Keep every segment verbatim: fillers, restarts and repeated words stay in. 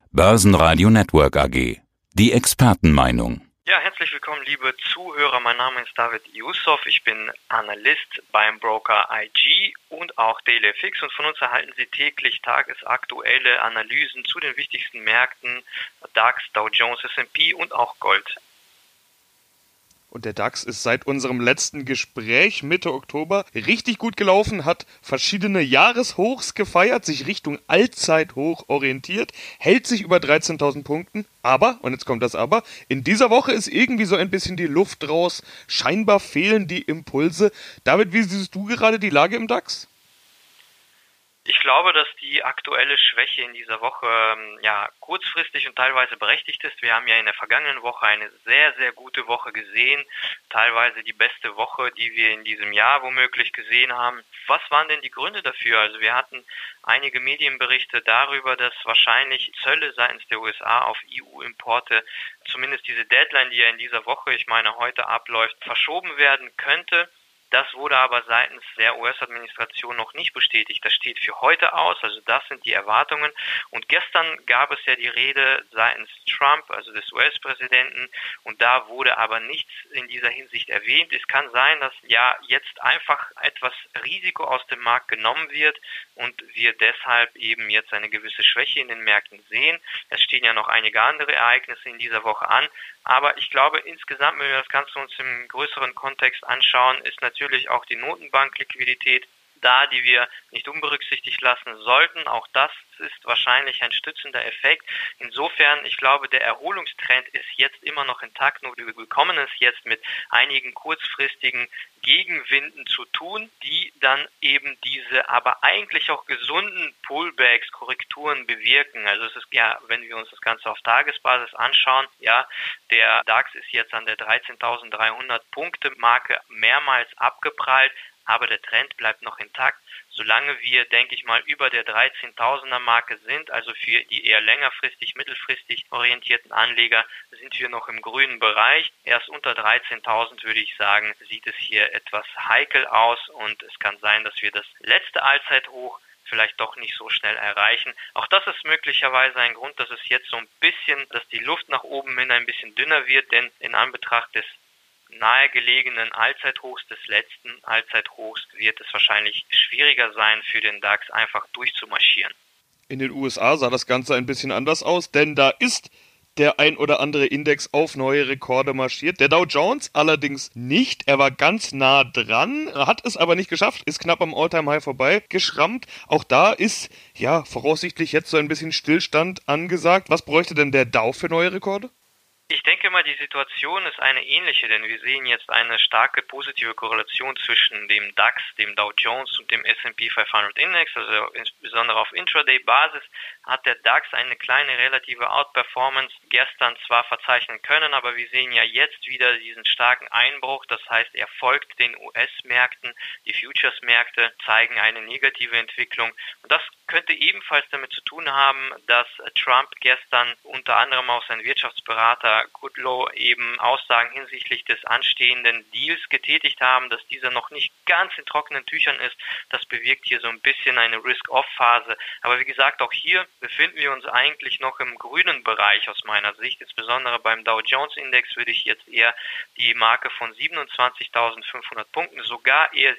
Börsenradio Network A G. Die Expertenmeinung. Ja, herzlich willkommen, liebe Zuhörer. Mein Name ist David Yusuf. Ich bin Analyst beim Broker I G und auch DailyFX. Und von uns erhalten Sie täglich tagesaktuelle Analysen zu den wichtigsten Märkten, DAX, Dow Jones, S und P und auch Gold. Und der DAX ist seit unserem letzten Gespräch Mitte Oktober richtig gut gelaufen, hat verschiedene Jahreshochs gefeiert, sich Richtung Allzeithoch orientiert, hält sich über dreizehntausend Punkten. Aber, und jetzt kommt das Aber, in dieser Woche ist irgendwie so ein bisschen die Luft raus. Scheinbar fehlen die Impulse. David, wie siehst du gerade die Lage im DAX? Ich glaube, dass die aktuelle Schwäche in dieser Woche ja kurzfristig und teilweise berechtigt ist. Wir haben ja in der vergangenen Woche eine sehr, sehr gute Woche gesehen. Teilweise die beste Woche, die wir in diesem Jahr womöglich gesehen haben. Was waren denn die Gründe dafür? Also wir hatten einige Medienberichte darüber, dass wahrscheinlich Zölle seitens der U S A auf E U-Importe, zumindest diese Deadline, die ja in dieser Woche, ich meine heute abläuft, verschoben werden könnte. Das wurde aber seitens der U S-Administration noch nicht bestätigt. Das steht für heute aus, also das sind die Erwartungen. Und gestern gab es ja die Rede seitens Trump, also des U S-Präsidenten, und da wurde aber nichts in dieser Hinsicht erwähnt. Es kann sein, dass ja jetzt einfach etwas Risiko aus dem Markt genommen wird und wir deshalb eben jetzt eine gewisse Schwäche in den Märkten sehen. Es stehen ja noch einige andere Ereignisse in dieser Woche an. Aber ich glaube, insgesamt, wenn wir das Ganze uns im größeren Kontext anschauen, ist natürlich auch die Notenbankliquidität da, die wir nicht unberücksichtigt lassen sollten. Auch das ist wahrscheinlich ein stützender Effekt. Insofern, ich glaube, der Erholungstrend ist jetzt immer noch intakt. Nur wir bekommen es jetzt mit einigen kurzfristigen Gegenwinden zu tun, die dann eben diese aber eigentlich auch gesunden Pullbacks, Korrekturen bewirken. Also es ist ja, wenn wir uns das Ganze auf Tagesbasis anschauen, ja, der DAX ist jetzt an der dreizehntausenddreihundert Punkte Marke mehrmals abgeprallt, aber der Trend bleibt noch intakt. Solange wir, denke ich mal, über der dreizehntausender Marke sind, also für die eher längerfristig, mittelfristig orientierten Anleger, sind wir noch im grünen Bereich. Erst unter dreizehntausend, würde ich sagen, sieht es hier etwas heikel aus und es kann sein, dass wir das letzte Allzeithoch vielleicht doch nicht so schnell erreichen. Auch das ist möglicherweise ein Grund, dass es jetzt so ein bisschen, dass die Luft nach oben hin ein bisschen dünner wird, denn in Anbetracht des nahegelegenen Allzeithochs, des letzten Allzeithochs, wird es wahrscheinlich schwieriger sein, für den DAX einfach durchzumarschieren. In den U S A sah das Ganze ein bisschen anders aus, denn da ist der ein oder andere Index auf neue Rekorde marschiert. Der Dow Jones allerdings nicht. Er war ganz nah dran, hat es aber nicht geschafft, ist knapp am All-Time-High vorbei geschrammt. Auch da ist, ja, voraussichtlich jetzt so ein bisschen Stillstand angesagt. Was bräuchte denn der Dow für neue Rekorde? Ich denke mal, die Situation ist eine ähnliche, denn wir sehen jetzt eine starke positive Korrelation zwischen dem DAX, dem Dow Jones und dem S und P fünfhundert Index, also insbesondere auf Intraday-Basis hat der DAX eine kleine relative Outperformance gestern zwar verzeichnen können, aber wir sehen ja jetzt wieder diesen starken Einbruch, das heißt, er folgt den U S-Märkten, die Futures-Märkte zeigen eine negative Entwicklung und das könnte ebenfalls damit zu tun haben, dass Trump gestern unter anderem auch sein Wirtschaftsberater Kudlow eben Aussagen hinsichtlich des anstehenden Deals getätigt haben, dass dieser noch nicht ganz in trockenen Tüchern ist. Das bewirkt hier so ein bisschen eine Risk-Off-Phase. Aber wie gesagt, auch hier befinden wir uns eigentlich noch im grünen Bereich aus meiner Sicht. Insbesondere beim Dow Jones Index würde ich jetzt eher die Marke von siebenundzwanzigtausendfünfhundert Punkten, sogar eher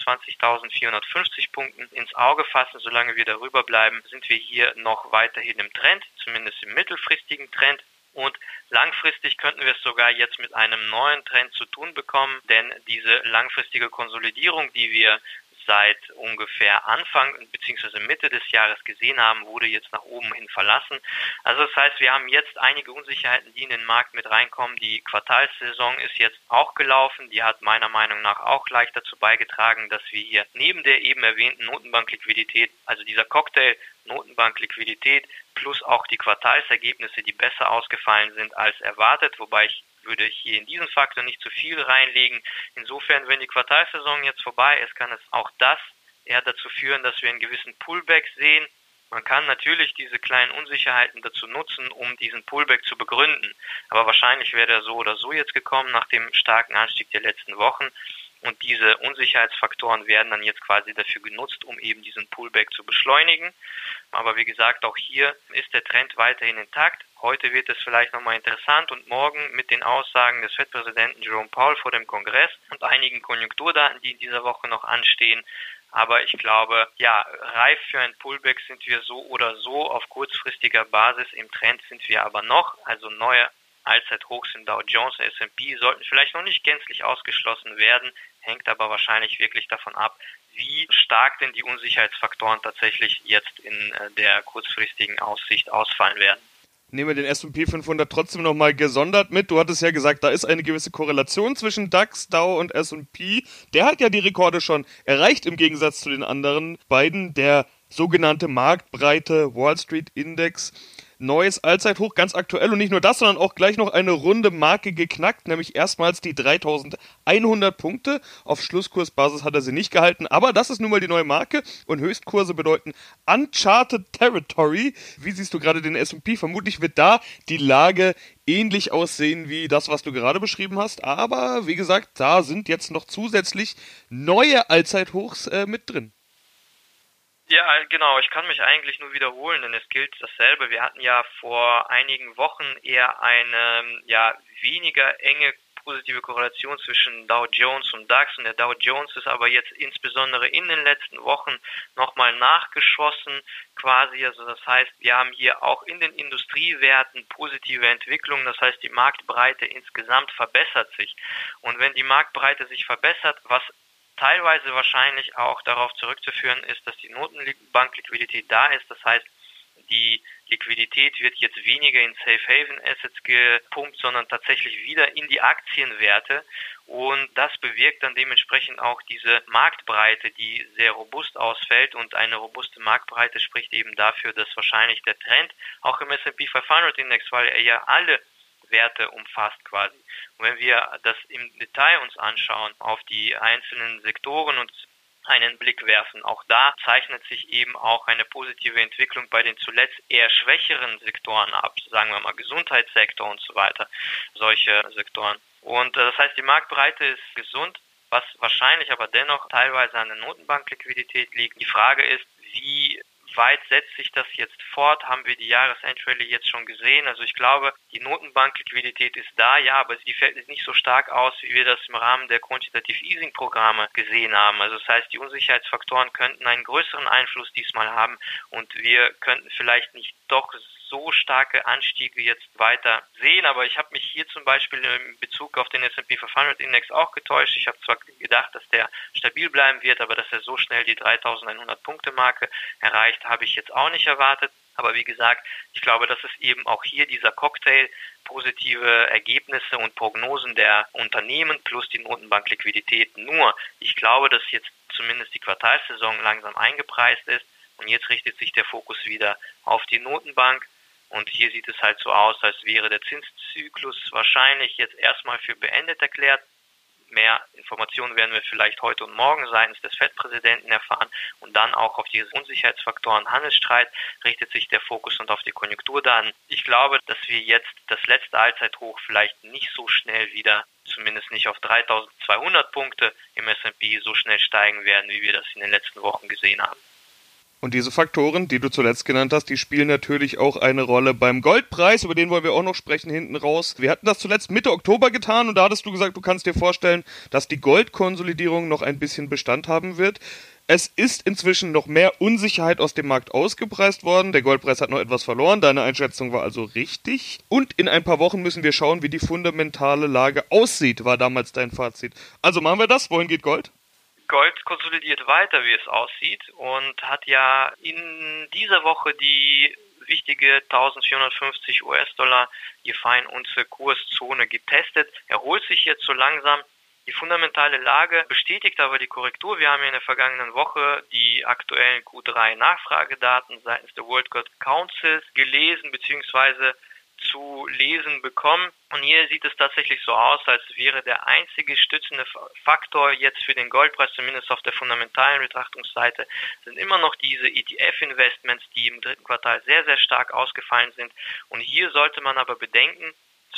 siebenundzwanzigtausendvierhundertfünfzig Punkten ins Auge fassen. Solange wir darüber bleiben, sind wir hier noch weiterhin im Trend, zumindest im mittelfristigen Trend. Und langfristig könnten wir es sogar jetzt mit einem neuen Trend zu tun bekommen, denn diese langfristige Konsolidierung, die wir seit ungefähr Anfang bzw. Mitte des Jahres gesehen haben, wurde jetzt nach oben hin verlassen. Also das heißt, wir haben jetzt einige Unsicherheiten, die in den Markt mit reinkommen. Die Quartalssaison ist jetzt auch gelaufen. Die hat meiner Meinung nach auch leicht dazu beigetragen, dass wir hier neben der eben erwähnten Notenbankliquidität, also dieser Cocktail Notenbankliquidität plus auch die Quartalsergebnisse, die besser ausgefallen sind als erwartet, wobei ich würde hier in diesen Faktor nicht zu viel reinlegen. Insofern, wenn die Quartalssaison jetzt vorbei ist, kann es auch das eher dazu führen, dass wir einen gewissen Pullback sehen. Man kann natürlich diese kleinen Unsicherheiten dazu nutzen, um diesen Pullback zu begründen. Aber wahrscheinlich wäre er so oder so jetzt gekommen nach dem starken Anstieg der letzten Wochen. Und diese Unsicherheitsfaktoren werden dann jetzt quasi dafür genutzt, um eben diesen Pullback zu beschleunigen. Aber wie gesagt, auch hier ist der Trend weiterhin intakt. Heute wird es vielleicht nochmal interessant und morgen mit den Aussagen des Fed-Präsidenten Jerome Powell vor dem Kongress und einigen Konjunkturdaten, die in dieser Woche noch anstehen. Aber ich glaube, ja, reif für ein Pullback sind wir so oder so. Auf kurzfristiger Basis im Trend sind wir aber noch. Also neue Allzeithochs im Dow Jones und S und P sollten vielleicht noch nicht gänzlich ausgeschlossen werden, hängt aber wahrscheinlich wirklich davon ab, wie stark denn die Unsicherheitsfaktoren tatsächlich jetzt in der kurzfristigen Aussicht ausfallen werden. Nehmen wir den S und P fünfhundert trotzdem nochmal gesondert mit. Du hattest ja gesagt, da ist eine gewisse Korrelation zwischen DAX, Dow und S und P. Der hat ja die Rekorde schon erreicht im Gegensatz zu den anderen beiden. Der sogenannte marktbreite Wall Street Index. Neues Allzeithoch, ganz aktuell und nicht nur das, sondern auch gleich noch eine runde Marke geknackt, nämlich erstmals die dreitausendeinhundert Punkte. Auf Schlusskursbasis hat er sie nicht gehalten, aber das ist nun mal die neue Marke und Höchstkurse bedeuten Uncharted Territory. Wie siehst du gerade den S und P? Vermutlich wird da die Lage ähnlich aussehen wie das, was du gerade beschrieben hast, aber wie gesagt, da sind jetzt noch zusätzlich neue Allzeithochs äh, mit drin. Ja, genau. Ich kann mich eigentlich nur wiederholen, denn es gilt dasselbe. Wir hatten ja vor einigen Wochen eher eine ja weniger enge positive Korrelation zwischen Dow Jones und DAX und der Dow Jones ist aber jetzt insbesondere in den letzten Wochen nochmal nachgeschossen quasi. Also das heißt, wir haben hier auch in den Industriewerten positive Entwicklungen. Das heißt, die Marktbreite insgesamt verbessert sich. Und wenn die Marktbreite sich verbessert, was teilweise wahrscheinlich auch darauf zurückzuführen ist, dass die Notenbankliquidität da ist. Das heißt, die Liquidität wird jetzt weniger in Safe Haven Assets gepumpt, sondern tatsächlich wieder in die Aktienwerte. Und das bewirkt dann dementsprechend auch diese Marktbreite, die sehr robust ausfällt. Und eine robuste Marktbreite spricht eben dafür, dass wahrscheinlich der Trend auch im S und P fünfhundert Index, weil er ja alle Werte umfasst quasi. Und wenn wir das im Detail uns anschauen, auf die einzelnen Sektoren und einen Blick werfen, auch da zeichnet sich eben auch eine positive Entwicklung bei den zuletzt eher schwächeren Sektoren ab, sagen wir mal Gesundheitssektor und so weiter, solche Sektoren. Und das heißt, die Marktbreite ist gesund, was wahrscheinlich aber dennoch teilweise an der Notenbankliquidität liegt. Die Frage ist, wie weit setzt sich das jetzt fort? Haben wir die Jahresendrally jetzt schon gesehen? Also ich glaube, die Notenbankliquidität ist da, ja, aber sie fällt nicht so stark aus, wie wir das im Rahmen der Quantitative Easing Programme gesehen haben. Also das heißt, die Unsicherheitsfaktoren könnten einen größeren Einfluss diesmal haben und wir könnten vielleicht nicht doch so starke Anstiege jetzt weiter sehen, aber ich habe mich hier zum Beispiel in Bezug auf den S und P fünfhundert Index auch getäuscht. Ich habe zwar gedacht, dass der stabil bleiben wird, aber dass er so schnell die dreitausendeinhundert Punkte Marke erreicht, habe ich jetzt auch nicht erwartet. Aber wie gesagt, ich glaube, das ist eben auch hier dieser Cocktail positive Ergebnisse und Prognosen der Unternehmen plus die Notenbankliquidität. Nur, ich glaube, dass jetzt zumindest die Quartalssaison langsam eingepreist ist und jetzt richtet sich der Fokus wieder auf die Notenbank. Und hier sieht es halt so aus, als wäre der Zinszyklus wahrscheinlich jetzt erstmal für beendet erklärt. Mehr Informationen werden wir vielleicht heute und morgen seitens des Fed-Präsidenten erfahren. Und dann auch auf diese Unsicherheitsfaktoren Handelsstreit richtet sich der Fokus und auf die Konjunkturdaten. Ich glaube, dass wir jetzt das letzte Allzeithoch vielleicht nicht so schnell wieder, zumindest nicht auf dreitausendzweihundert Punkte im S und P so schnell steigen werden, wie wir das in den letzten Wochen gesehen haben. Und diese Faktoren, die du zuletzt genannt hast, die spielen natürlich auch eine Rolle beim Goldpreis, über den wollen wir auch noch sprechen hinten raus. Wir hatten das zuletzt Mitte Oktober getan und da hattest du gesagt, du kannst dir vorstellen, dass die Goldkonsolidierung noch ein bisschen Bestand haben wird. Es ist inzwischen noch mehr Unsicherheit aus dem Markt ausgepreist worden. Der Goldpreis hat noch etwas verloren. Deine Einschätzung war also richtig. Und in ein paar Wochen müssen wir schauen, wie die fundamentale Lage aussieht, war damals dein Fazit. Also machen wir das. Wohin geht Gold? Gold konsolidiert weiter, wie es aussieht, und hat ja in dieser Woche die wichtige eintausendvierhundertfünfzig US-Dollar je Feinunze Kurszone getestet, erholt sich jetzt so langsam. Die fundamentale Lage bestätigt aber die Korrektur. Wir haben ja in der vergangenen Woche die aktuellen Q drei Nachfragedaten seitens der World Gold Council gelesen bzw. zu lesen bekommen. Und hier sieht es tatsächlich so aus, als wäre der einzige stützende Faktor jetzt für den Goldpreis, zumindest auf der fundamentalen Betrachtungsseite, sind immer noch diese E T F-Investments, die im dritten Quartal sehr, sehr stark ausgefallen sind. Und hier sollte man aber bedenken,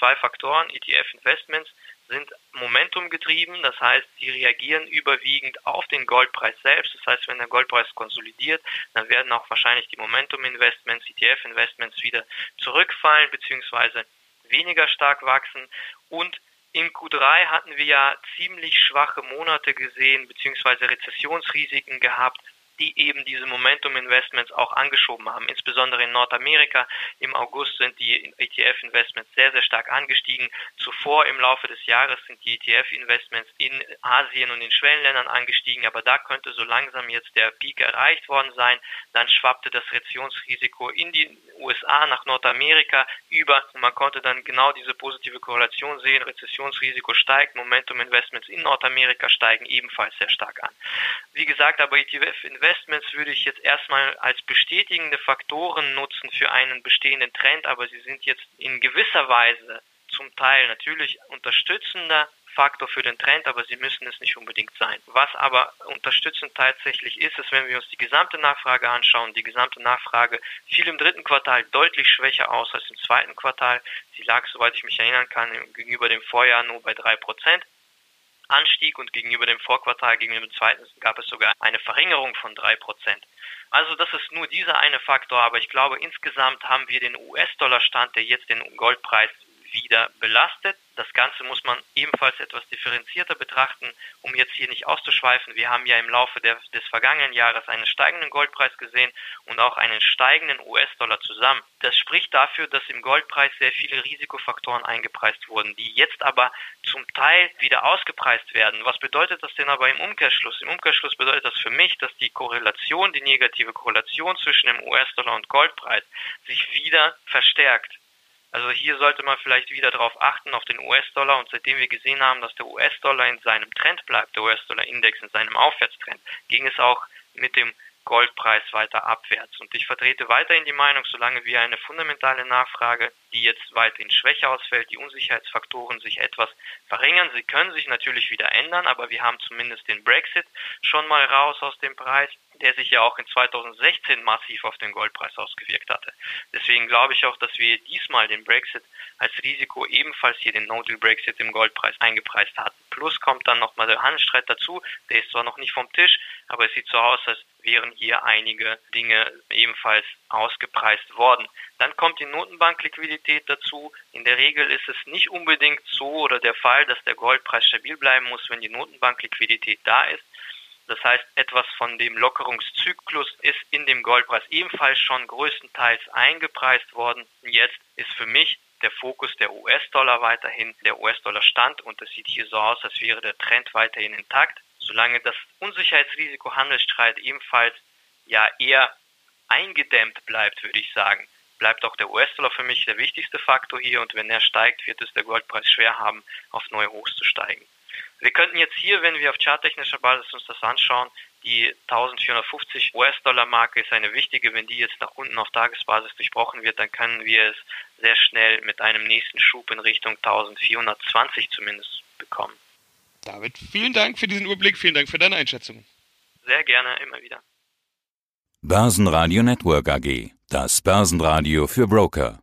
zwei Faktoren. E T F-Investments sind Momentum getrieben, das heißt, sie reagieren überwiegend auf den Goldpreis selbst. Das heißt, wenn der Goldpreis konsolidiert, dann werden auch wahrscheinlich die Momentum-Investments, E T F-Investments wieder zurückfallen bzw. weniger stark wachsen. Und im Q drei hatten wir ja ziemlich schwache Monate gesehen bzw. Rezessionsrisiken gehabt, die eben diese Momentum-Investments auch angeschoben haben. Insbesondere in Nordamerika im August sind die E T F-Investments sehr, sehr stark angestiegen. Zuvor im Laufe des Jahres sind die E T F-Investments in Asien und in Schwellenländern angestiegen, aber da könnte so langsam jetzt der Peak erreicht worden sein. Dann schwappte das Rezessionsrisiko in die U S A nach Nordamerika über und man konnte dann genau diese positive Korrelation sehen. Rezessionsrisiko steigt, Momentum-Investments in Nordamerika steigen ebenfalls sehr stark an. Wie gesagt, aber E T F-Investments würde ich jetzt erstmal als bestätigende Faktoren nutzen für einen bestehenden Trend, aber sie sind jetzt in gewisser Weise zum Teil natürlich unterstützender Faktor für den Trend, aber sie müssen es nicht unbedingt sein. Was aber unterstützend tatsächlich ist, ist, wenn wir uns die gesamte Nachfrage anschauen, die gesamte Nachfrage fiel im dritten Quartal deutlich schwächer aus als im zweiten Quartal. Sie lag, soweit ich mich erinnern kann, gegenüber dem Vorjahr nur bei drei Prozent. Anstieg und gegenüber dem Vorquartal, gegenüber dem zweiten, gab es sogar eine Verringerung von drei Prozent. Also das ist nur dieser eine Faktor, aber ich glaube, insgesamt haben wir den U S-Dollar-Stand, der jetzt den Goldpreis wieder belastet. Das Ganze muss man ebenfalls etwas differenzierter betrachten, um jetzt hier nicht auszuschweifen. Wir haben ja im Laufe der, des vergangenen Jahres einen steigenden Goldpreis gesehen und auch einen steigenden U S-Dollar zusammen. Das spricht dafür, dass im Goldpreis sehr viele Risikofaktoren eingepreist wurden, die jetzt aber zum Teil wieder ausgepreist werden. Was bedeutet das denn aber im Umkehrschluss? Im Umkehrschluss bedeutet das für mich, dass die Korrelation, die negative Korrelation zwischen dem U S-Dollar und Goldpreis sich wieder verstärkt. Also hier sollte man vielleicht wieder darauf achten, auf den U S-Dollar. Und seitdem wir gesehen haben, dass der U S-Dollar in seinem Trend bleibt, der U S-Dollar-Index in seinem Aufwärtstrend, ging es auch mit dem Goldpreis weiter abwärts. Und ich vertrete weiterhin die Meinung, solange wir eine fundamentale Nachfrage, die jetzt weiterhin schwächer ausfällt, die Unsicherheitsfaktoren sich etwas verringern. Sie können sich natürlich wieder ändern, aber wir haben zumindest den Brexit schon mal raus aus dem Preis, der sich ja auch in zweitausendsechzehn massiv auf den Goldpreis ausgewirkt hatte. Deswegen glaube ich auch, dass wir diesmal den Brexit als Risiko ebenfalls hier den No-Deal-Brexit im Goldpreis eingepreist hatten. Plus kommt dann nochmal der Handelsstreit dazu, der ist zwar noch nicht vom Tisch, aber es sieht so aus, als wären hier einige Dinge ebenfalls ausgepreist worden. Dann kommt die Notenbankliquidität dazu. In der Regel ist es nicht unbedingt so oder der Fall, dass der Goldpreis stabil bleiben muss, wenn die Notenbankliquidität da ist. Das heißt, etwas von dem Lockerungszyklus ist in dem Goldpreis ebenfalls schon größtenteils eingepreist worden. Jetzt ist für mich der Fokus der U S-Dollar weiterhin, der U S-Dollar-Stand, und es sieht hier so aus, als wäre der Trend weiterhin intakt. Solange das Unsicherheitsrisiko Handelsstreit ebenfalls ja eher eingedämmt bleibt, würde ich sagen, bleibt auch der U S-Dollar für mich der wichtigste Faktor hier, und wenn er steigt, wird es der Goldpreis schwer haben, auf neue Hochs zu steigen. Wir könnten jetzt hier, wenn wir auf charttechnischer Basis uns das anschauen, die eintausendvierhundertfünfzig U S-Dollar-Marke ist eine wichtige. Wenn die jetzt nach unten auf Tagesbasis durchbrochen wird, dann können wir es sehr schnell mit einem nächsten Schub in Richtung eintausendvierhundertzwanzig zumindest bekommen. David, vielen Dank für diesen Überblick, vielen Dank für deine Einschätzung. Sehr gerne, immer wieder. Börsenradio Network A G, das Börsenradio für Broker.